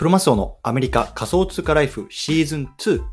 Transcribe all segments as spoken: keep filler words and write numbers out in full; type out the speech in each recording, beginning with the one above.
クロマスオのアメリカ仮想通貨ライフシーズンツー。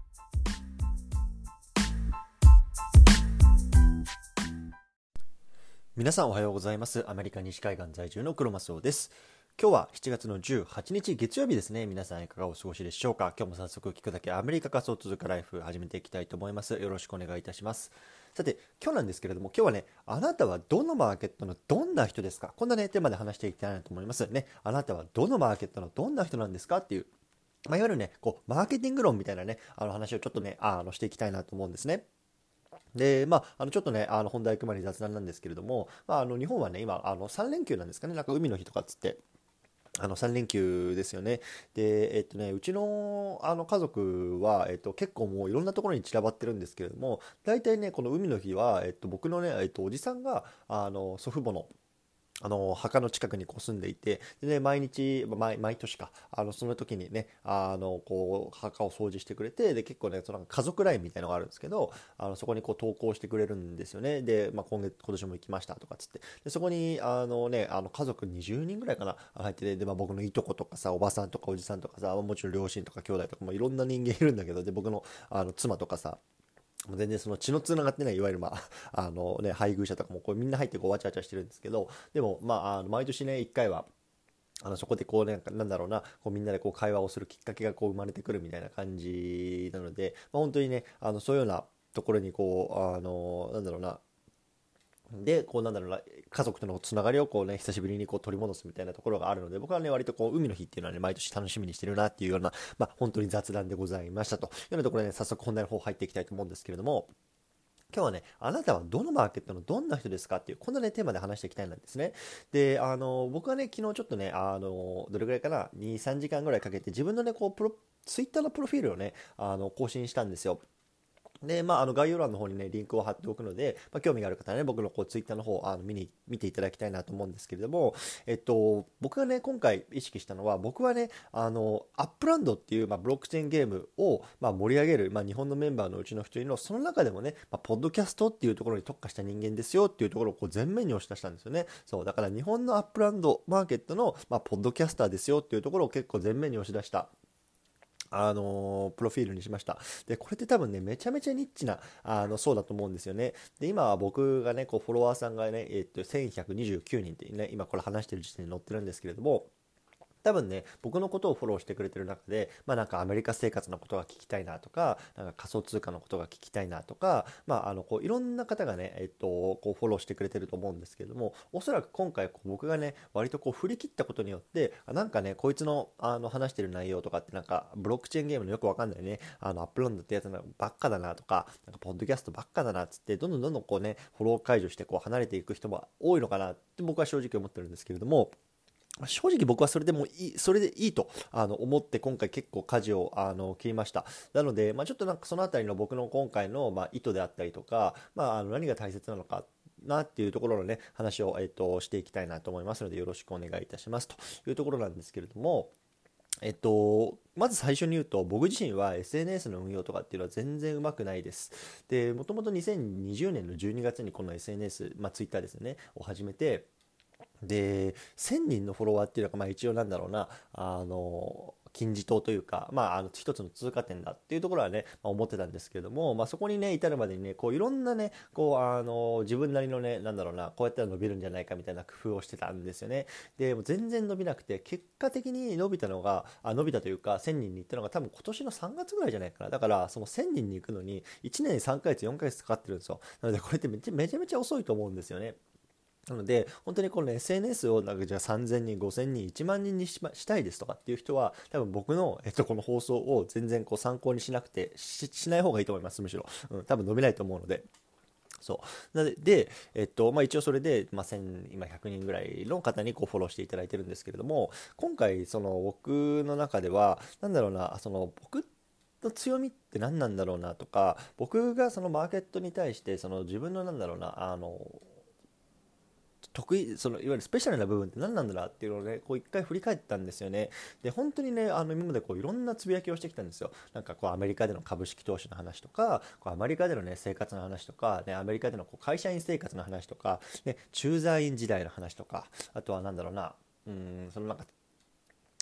皆さんおはようございます。アメリカ西海岸在住のクロマスオです。今日はしちがつのじゅうはちにち月曜日ですね。皆さんいかがお過ごしでしょうか。今日も早速聞くだけアメリカ仮想通貨ライフ始めていきたいと思います。よろしくお願いいたします。さて今日なんですけれども、今日はね、あなたはどのマーケットのどんな人ですか。こんなねテーマで話していきたいなと思いますね。あなたはどのマーケットのどんな人なんですかっていう、まあ、いわゆるねこうマーケティング論みたいなねあの話をちょっとねあのしていきたいなと思うんですね。で、まあ、あのちょっとね、あの本題行く前に雑談なんですけれども、まあ、あの日本はね、今、あのさん連休なんですかね、なんか海の日とかっつって、あのさん連休ですよね。で、えっとね、うちの、あの家族は、えっと、結構もういろんなところに散らばってるんですけれども、大体ね、この海の日は、えっと、僕のね、えっと、おじさんが、あの祖父母の、あの墓の近くにこう住んでいて、で、ね、毎日毎、毎年かあのその時にねあのこう墓を掃除してくれて、で結構ねその家族ラインみたいなのがあるんですけど、あのそこにこう投稿してくれるんですよね。で、まあ、今月今年も行きましたとかっつって、でそこにあのねあの家族にじゅうにんぐらいかな入ってて、で、まあ、僕のいとことかさ、おばさんとかおじさんとかさ、もちろん両親とか兄弟とかもいろんな人間いるんだけど、で僕のあの妻とかさ、もう全然その血のつながってない、いわゆるまあ、あのね、配偶者とかもこうみんな入ってこうわちゃわちゃしてるんですけど、でもまあ、あの毎年ね、いっかいは、あのそこでこうね、なんだろうな、こうみんなでこう会話をするきっかけがこう生まれてくるみたいな感じなので、まあ、本当にね、あのそういうようなところにこう、あの、なんだろうな、で、こうなんだろうな、家族とのつながりをこうね、久しぶりにこう取り戻すみたいなところがあるので、僕はね、割とこう、海の日っていうのはね、毎年楽しみにしてるなっていうような、まあ、本当に雑談でございましたというようなところでね、早速本題の方入っていきたいと思うんですけれども、今日はね、あなたはどのマーケットのどんな人ですかっていう、こんなね、テーマで話していきたいんですね。で、あの、僕はね、昨日ちょっとね、あの、どれぐらいかな、に、さんじかんぐらいかけて自分のね、こう、プロ、ツイッターのプロフィールをね、あの、更新したんですよ。で、まあ、あの概要欄の方にね、リンクを貼っておくので、まあ、興味がある方はね、僕のこうツイッターの方あの見に、見ていただきたいなと思うんですけれども、えっと、僕がね、今回意識したのは、僕はね、あの、アップランドっていう、まあ、ブロックチェーンゲームを、まあ、盛り上げる、まあ、日本のメンバーのうちの一人の、その中でもね、まあ、ポッドキャストっていうところに特化した人間ですよっていうところをこう前面に押し出したんですよね。そう、だから日本のアップランドマーケットの、まあ、ポッドキャスターですよっていうところを結構前面に押し出した。あのープロフィールにしました。で、これって多分ね、めちゃめちゃニッチな、あの、そうだと思うんですよね。で、今は僕がね、こう、フォロワーさんがね、えっと、せんひゃくにじゅうきゅうにんってね、今これ話してる時点で載ってるんですけれども、多分ね、僕のことをフォローしてくれてる中で、まあなんかアメリカ生活のことが聞きたいなとか、なんか仮想通貨のことが聞きたいなとか、まああの、こういろんな方がね、えっと、こうフォローしてくれてると思うんですけれども、おそらく今回こう僕がね、割とこう振り切ったことによって、あなんかね、こいつのあの話してる内容とかってなんか、ブロックチェーンゲームのよくわかんないね、あの、アップロードってやつばっかだなとか、なんかポッドキャストばっかだなっつって、どんどんどんどんこうね、フォロー解除してこう離れていく人も多いのかなって僕は正直思ってるんですけれども、正直僕はそれでもいい、それでいいとあの思って今回結構舵をあの切りました。なので、まあ、ちょっとなんかそのあたりの僕の今回の、まあ、意図であったりとか、まあ、あの何が大切なのかなっていうところのね、話を、えっと、していきたいなと思いますので、よろしくお願いいたしますというところなんですけれども、えっと、まず最初に言うと、僕自身は エスエヌエス の運用とかっていうのは全然うまくないです。で、もともとにせんにじゅうねんのじゅうにがつにこの エスエヌエス、まあ、Twitter ですね、を始めて、で、せんにんのフォロワーっていうのが、まあ一応なんだろうな、あの、金字塔というか、まあ、あの一つの通過点だっていうところはね、まあ、思ってたんですけれども、まあ、そこにね、至るまでにね、こういろんなね、こう、あの、自分なりのね、なんだろうな、こうやったら伸びるんじゃないかみたいな工夫をしてたんですよね。で、もう全然伸びなくて、結果的に伸びたのが、あ、伸びたというか、せんにんに行ったのが多分今年のさんがつぐらいじゃないかな。だから、そのせんにんに行くのに、いちねんにさんかげつ、よんかげつかかってるんですよ。なので、これってめちゃめちゃめちゃ遅いと思うんですよね。なので、本当にこの エスエヌエス をなんかじゃあさんぜんにん、ごせんにん、いちまん人にし、ま、したいですとかっていう人は、多分僕の、えっと、この放送を全然こう参考にしなくてし、しない方がいいと思います、むしろ。うん、多分伸びないと思うので。そう。なので、でえっと、まあ、一応それで、まあ、せん、今ひゃくにんぐらいの方にこうフォローしていただいてるんですけれども、今回、その僕の中では、なんだろうな、その僕の強みって何なんだろうなとか、僕がそのマーケットに対して、その自分のなんだろうな、あの、得意、そのいわゆるスペシャルな部分って何なんだろうっていうのをね、こう一回振り返ったんですよね。で、本当にね、あの今までこういろんなつぶやきをしてきたんですよ。なんかこうアメリカでの株式投資の話とか、こうアメリカでのね、生活の話とか、ね、アメリカでのこう会社員生活の話とか、ね、駐在員時代の話とか、あとはなんだろうな、うん、そのなんか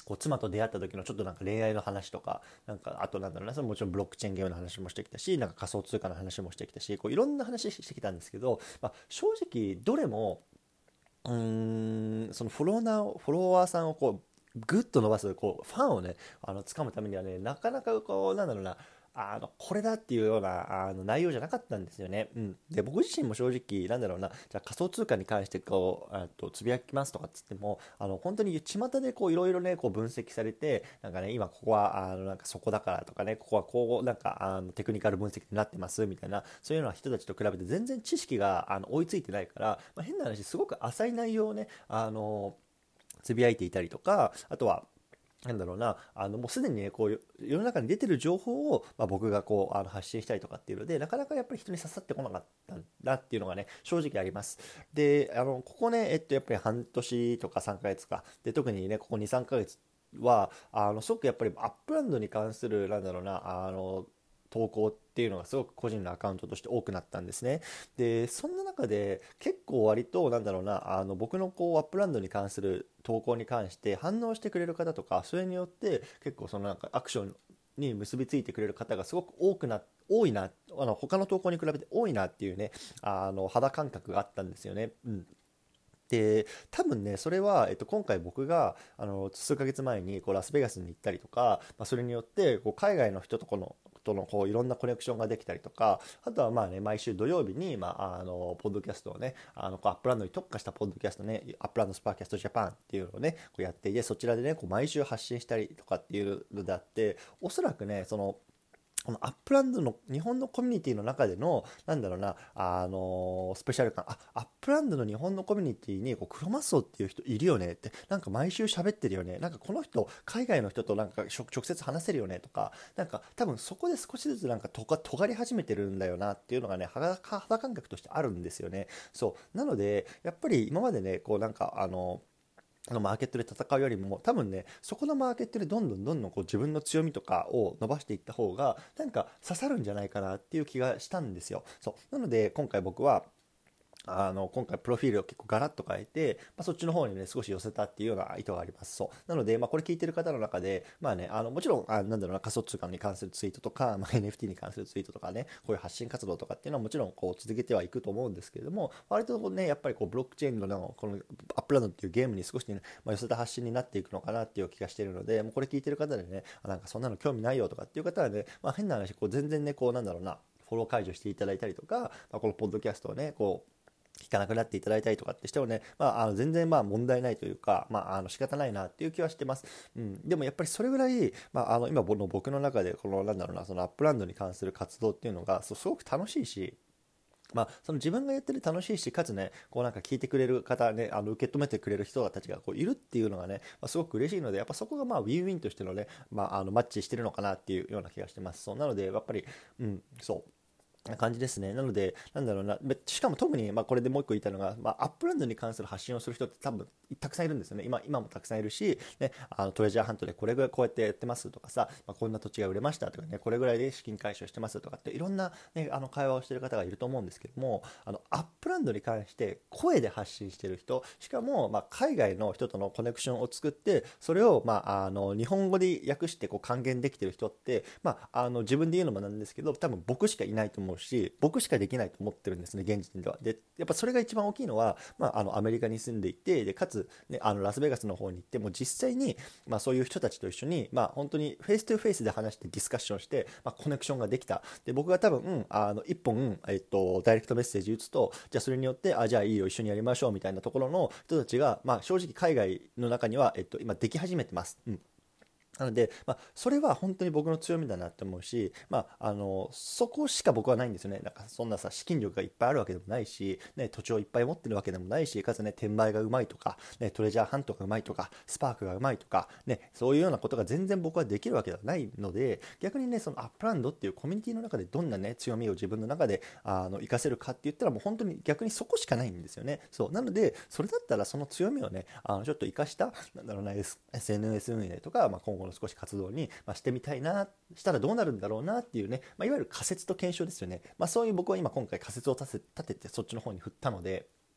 こう妻と出会った時のちょっとなんか恋愛の話とか、なんかあとなんだろうな、そのもちろんブロックチェーンゲームの話もしてきたし、なんか仮想通貨の話もしてきたし、こういろんな話してきたんですけど、まあ、正直どれもうーんそのフォロワーフォロワーさんをこうグッと伸ばすこうファンをねあの掴むためにはねなかなかこうなんだろうなあのこれだっていうようなあの内容じゃなかったんですよね。うん、で僕自身も正直なんだろうなじゃあ仮想通貨に関してこうあとつぶやきますとかっつってもあの本当に巷でこういろいろねこう分析されてなんかね今ここはあのなんかそこだからとかねここはこうなんかあのテクニカル分析になってますみたいなそういうような人たちと比べて全然知識があの追いついてないから、まあ、変な話すごく浅い内容をねあのつぶやいていたりとかあとはなんだろうなあのもうすでにねこう世の中に出てる情報を、まあ、僕がこうあの発信したりとかっていうのでなかなかやっぱり人に刺さってこなかったんだっていうのがね正直あります。であのここねえっとやっぱり半年とかさんかげつかで特にねここにさんかげつはあのすごくやっぱりアップランドに関するなんだろうなあの投稿っていうのがすごく個人のアカウントとして多くなったんですね。でそんな中で結構割となんだろうなあの僕のこうアップランドに関する投稿に関して反応してくれる方とかそれによって結構そのなんかアクションに結びついてくれる方がすごく多くな多いなあの他の投稿に比べて多いなっていうねあの肌感覚があったんですよね。うんで多分ねそれは、えっと、今回僕があの数ヶ月前にこうラスベガスに行ったりとか、まあ、それによってこう海外の人とこのとのこういろんなコネクションができたりとかあとはまあね毎週土曜日に、まあ、あのポッドキャストをねあのこうアップランドに特化したポッドキャストねアップランドスパーキャストジャパンっていうのをねこうやっていてそちらでねこう毎週発信したりとかっていうのであっておそらくねそのこのアップランドの日本のコミュニティの中でのなんだろうなあのスペシャル感あアップランドの日本のコミュニティにこうクロマスオっていう人いるよねってなんか毎週喋ってるよねなんかこの人海外の人となんか直接話せるよねとかなんか多分そこで少しずつなんかとが尖り始めてるんだよなっていうのがね肌肌感覚としてあるんですよね。そうなのでやっぱり今までねこうなんかあのあのマーケットで戦うよりも多分ねそこのマーケットでどんどんどんどんこう自分の強みとかを伸ばしていった方がなんか刺さるんじゃないかなっていう気がしたんですよ。そうなので今回僕はあの今回プロフィールを結構ガラッと変えて、まあ、そっちの方にね少し寄せたっていうような意図があります。そうなので、まあ、これ聞いてる方の中で、まあね、あのもちろんあなんだろうな仮想通貨に関するツイートとか、まあ、エヌエフティー に関するツイートとかねこういう発信活動とかっていうのはもちろんこう続けてはいくと思うんですけれども割とねやっぱりこうブロックチェーンのこのアップランドっていうゲームに少し、ねまあ、寄せた発信になっていくのかなっていう気がしているのでもうこれ聞いてる方でねなんかそんなの興味ないよとかっていう方はね、まあ、変な話こう全然ねこうなんだろうなフォロー解除していただいたりとか、まあ、このポッドキャストをねこう聞かなくなっていただいたりとかってしてもね、まあ、あの全然まあ問題ないというか、まあ、あの仕方ないなっていう気はしてます。うん、でもやっぱりそれぐらい、まあ、あの今の僕の中でこのなんだろうなそのアップランドに関する活動っていうのがそうすごく楽しいし、まあ、その自分がやってる楽しいしかつねこうなんか聞いてくれる方ねあの受け止めてくれる人たちがこういるっていうのがね、まあ、すごく嬉しいのでやっぱそこがまあウィンウィンとしてのね、まあ、あのマッチしてるのかなっていうような気がしてます。そうなのでやっぱり、うん、そうな感じですね。なので、なんだろうな、べしかも特に、まあ、これでもう一個言いたいのが、まあ、アップランドに関する発信をする人って多分たくさんいるんですよね。今、今もたくさんいるし、ね、あのトレジャーハントでこれぐらいこうやってやってますとかさ、まあ、こんな土地が売れましたとかね、これぐらいで資金回収してますとかっていろんな、ね、あの会話をしている方がいると思うんですけども、あのアップランドに関して声で発信している人、しかも、まあ、海外の人とのコネクションを作って、それを、まあ、あの日本語で訳してこう還元できている人って、まあ、あの自分で言うのもなんですけど、多分僕しかいないと思うし、僕しかできないと思ってるんですね現時点では。でやっぱそれが一番大きいのは、まあ、あのアメリカに住んでいてでかつ、ね、あのラスベガスの方に行っても実際に、まあ、そういう人たちと一緒に、まあ、本当にフェイストゥフェイスで話してディスカッションして、まあ、コネクションができた。で僕が多分、うん、あの一本、えっと、ダイレクトメッセージ打つとじゃあそれによってあじゃあいいよ一緒にやりましょうみたいなところの人たちが、まあ、正直海外の中には、えっと、今でき始めてます。うんなので、まあ、それは本当に僕の強みだなって思うし、まあ、あのそこしか僕はないんですよね。なんかそんなさ資金力がいっぱいあるわけでもないし、ね、土地をいっぱい持ってるわけでもないしかつね転売がうまいとか、ね、トレジャーハントがうまいとかスパークがうまいとか、ね、そういうようなことが全然僕はできるわけではないので逆にねそのアップランドっていうコミュニティの中でどんな、ね、強みを自分の中であの活かせるかって言ったらもう本当に逆にそこしかないんですよね。そうなのでそれだったらその強みをねあのちょっと活かしたなんだろうな エスエヌエス 運営とか、まあ、今後の少し活動にまあ、してみたいなしたらどうなるんだろうなっていうね、まあ、いわゆる仮説と検証ですよね、まあ、そういう僕は今今回仮説を立て立ててそっちの方に振ったので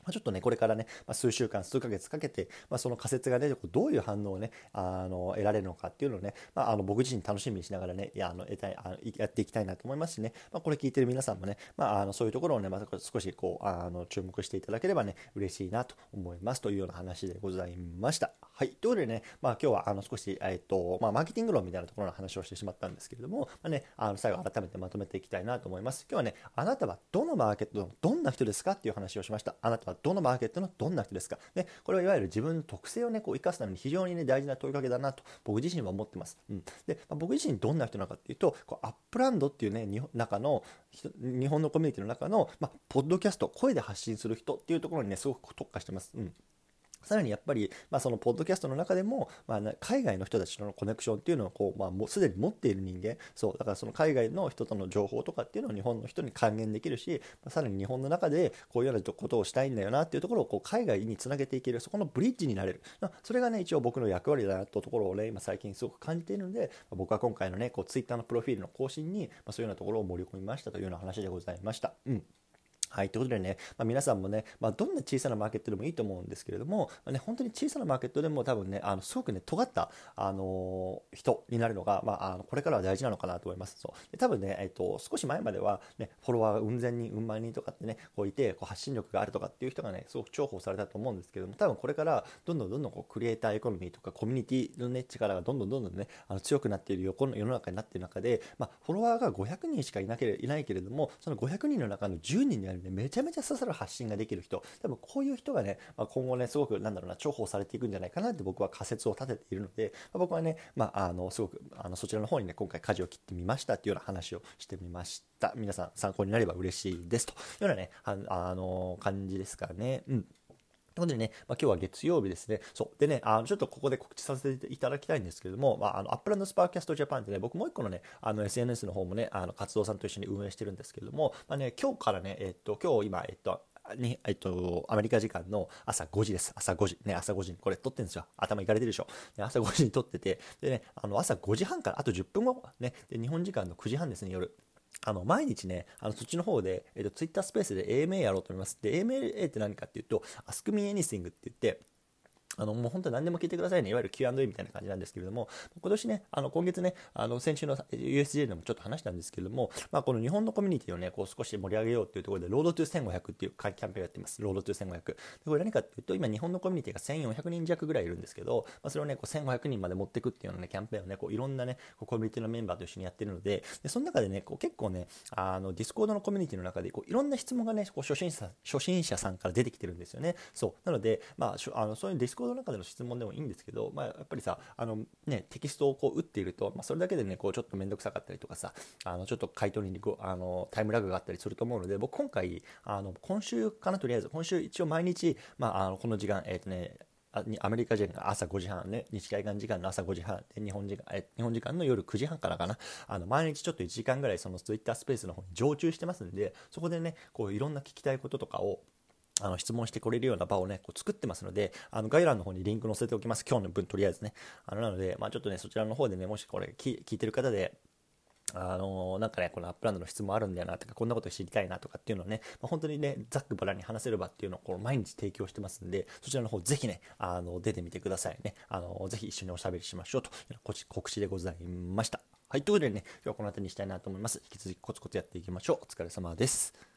まあ、ちょっとね、これからね、まあ、数週間、数ヶ月かけて、まあ、その仮説がね、どういう反応をね、あの、得られるのかっていうのをね、まあ、あの、僕自身楽しみにしながらね、いや、あの、得たい、あの、やっていきたいなと思いますしね、まあ、これ聞いてる皆さんもね、まあ、あの、そういうところをね、また少しこう、あの、注目していただければね、嬉しいなと思いますというような話でございました。はい。ということでね、まあ、今日は、あの、少し、えっと、まあ、マーケティング論みたいなところの話をしてしまったんですけれども、まあね、あの、最後改めてまとめていきたいなと思います。今日はね、あなたはどのマーケットのどんな人ですかっていう話をしました。あなたはどのマーケットのどんな人ですか。ね、これはいわゆる自分の特性をね、こう生かすために非常にね、大事な問いかけだなと僕自身は思ってます。うん、で、まあ、僕自身どんな人なのかっていうと、こうアップランドっていうね、日本中の日本のコミュニティの中の、まあ、ポッドキャスト、声で発信する人っていうところにね、すごく特化してます。うん。さらにやっぱり、まあ、そのポッドキャストの中でも、まあ、海外の人たちとのコネクションっていうのをこう、まあ、もうすでに持っている人間、そうだからその海外の人との情報とかっていうのを日本の人に還元できるし、まあ、さらに日本の中でこういうようなことをしたいんだよなっていうところをこう海外につなげていける、そこのブリッジになれる、まあ、それがね一応僕の役割だなというところをね今最近すごく感じているので、まあ、僕は今回のねこうツイッターのプロフィールの更新に、まあ、そういうようなところを盛り込みましたというような話でございました。うん。はい、ということでね、まあ、皆さんもね、まあ、どんな小さなマーケットでもいいと思うんですけれども、まあね、本当に小さなマーケットでも多分ね、あのすごくね、尖った、あのー人になるのが、まあ、あのこれからは大事なのかなと思います。そうで多分ね、えっと、少し前までは、ね、フォロワーがうん千人、うん万人とかってね、こういて、こう発信力があるとかっていう人がね、すごく重宝されたと思うんですけども、多分これからどんどんどんどんこうクリエイターエコノミーとかコミュニティの、ね、力がどんどんどんどんね、あの強くなっている世の中になっている中で、まあ、フォロワーがごひゃくにんしかいなければいないけれども、そのごひゃくにんの中のじゅうにんになるね、めちゃめちゃ刺さる発信ができる人、多分こういう人がね、まあ、今後ねすごくなんだろうな重宝されていくんじゃないかなって僕は仮説を立てているので、まあ、僕はね、まあ、あのすごくあのそちらの方にね今回舵を切ってみましたっていうような話をしてみました。皆さん参考になれば嬉しいですというようなねああの感じですからね。うんということでね、まあ、今日は月曜日ですね。そう。でね、あの、ちょっとここで告知させていただきたいんですけれども、まあ、あの、アップランドスパーキャストジャパンってね、僕もう一個のね、あの、エスエヌエス の方もね、あの、活動さんと一緒に運営してるんですけれども、まあね、今日からね、えっと、今日今、えっと、に、えっと、アメリカ時間の朝ごじです。朝ごじ。ね、朝ごじにこれ撮ってるんですよ。頭いかれてるでしょ。ね、朝ごじに撮ってて、でね、あの、朝ごじはんからあとじゅっぷんご、ね、で、日本時間のくじはんですね、夜。あの毎日ね、あのそっちの方で、えっと、ツイッタースペースで エーエムエー やろうと思います。で、エーエムエー って何かっていうと、Ask Me Anything って言って、あのもう本当に何でも聞いてくださいね。いわゆる キューアンドエー みたいな感じなんですけれども、今年ね、あの今月ね、あの先週の ユーエスジェー でもちょっと話したんですけれども、まあ、この日本のコミュニティをね、こう少し盛り上げようというところで、ロードトゥせんごひゃくっていうキャンペーンをやっています。ロードトゥせんごひゃく。でこれ何かっていうと、今日本のコミュニティがせんよんひゃくにん弱ぐらいいるんですけど、まあ、それをね、こうせんごひゃくにんまで持っていくっていうような、ね、キャンペーンをね、こういろんなね、こうコミュニティのメンバーと一緒にやってるので、でその中でね、こう結構ね、あのディスコードのコミュニティの中でこういろんな質問がね、こう初心者初心者さんから出てきてるんですよね。そうなので、まあ、あのそういうディスコードの中での質問でもいいんですけど、まあ、やっぱりさあの、ね、テキストをこう打っていると、まあ、それだけでねこうちょっと面倒くさかったりとかさあのちょっと回答にこうあのタイムラグがあったりすると思うので、僕今回あの今週かなとりあえず今週一応毎日、まあ、あのこの時間えっ、ー、とねアメリカ時間の朝ごじはんね、西海岸時間の朝ごじはんで日本時間え日本時間の夜くじはんからかな、あの毎日ちょっといちじかんぐらいそのツイッタースペースの方に常駐してますんで、そこでねこういろんな聞きたいこととかをあの質問してくれるような場をねこう作ってますので、あの概要欄の方にリンク載せておきます。今日の分とりあえずね、あのなので、まあ、ちょっとねそちらの方でねもしこれ聞いてる方であのー、なんかね、このアップランドの質問あるんだよなとか、こんなこと知りたいなとかっていうのをね、まあ、本当にね、ざっくばらんに話せる場っていうのをこう毎日提供してますんで、そちらの方ぜひね、あの、出てみてくださいね。あの、ぜひ一緒におしゃべりしましょうという告知でございました。はい、ということでね、今日はこの辺りにしたいなと思います。引き続きコツコツやっていきましょう。お疲れ様です。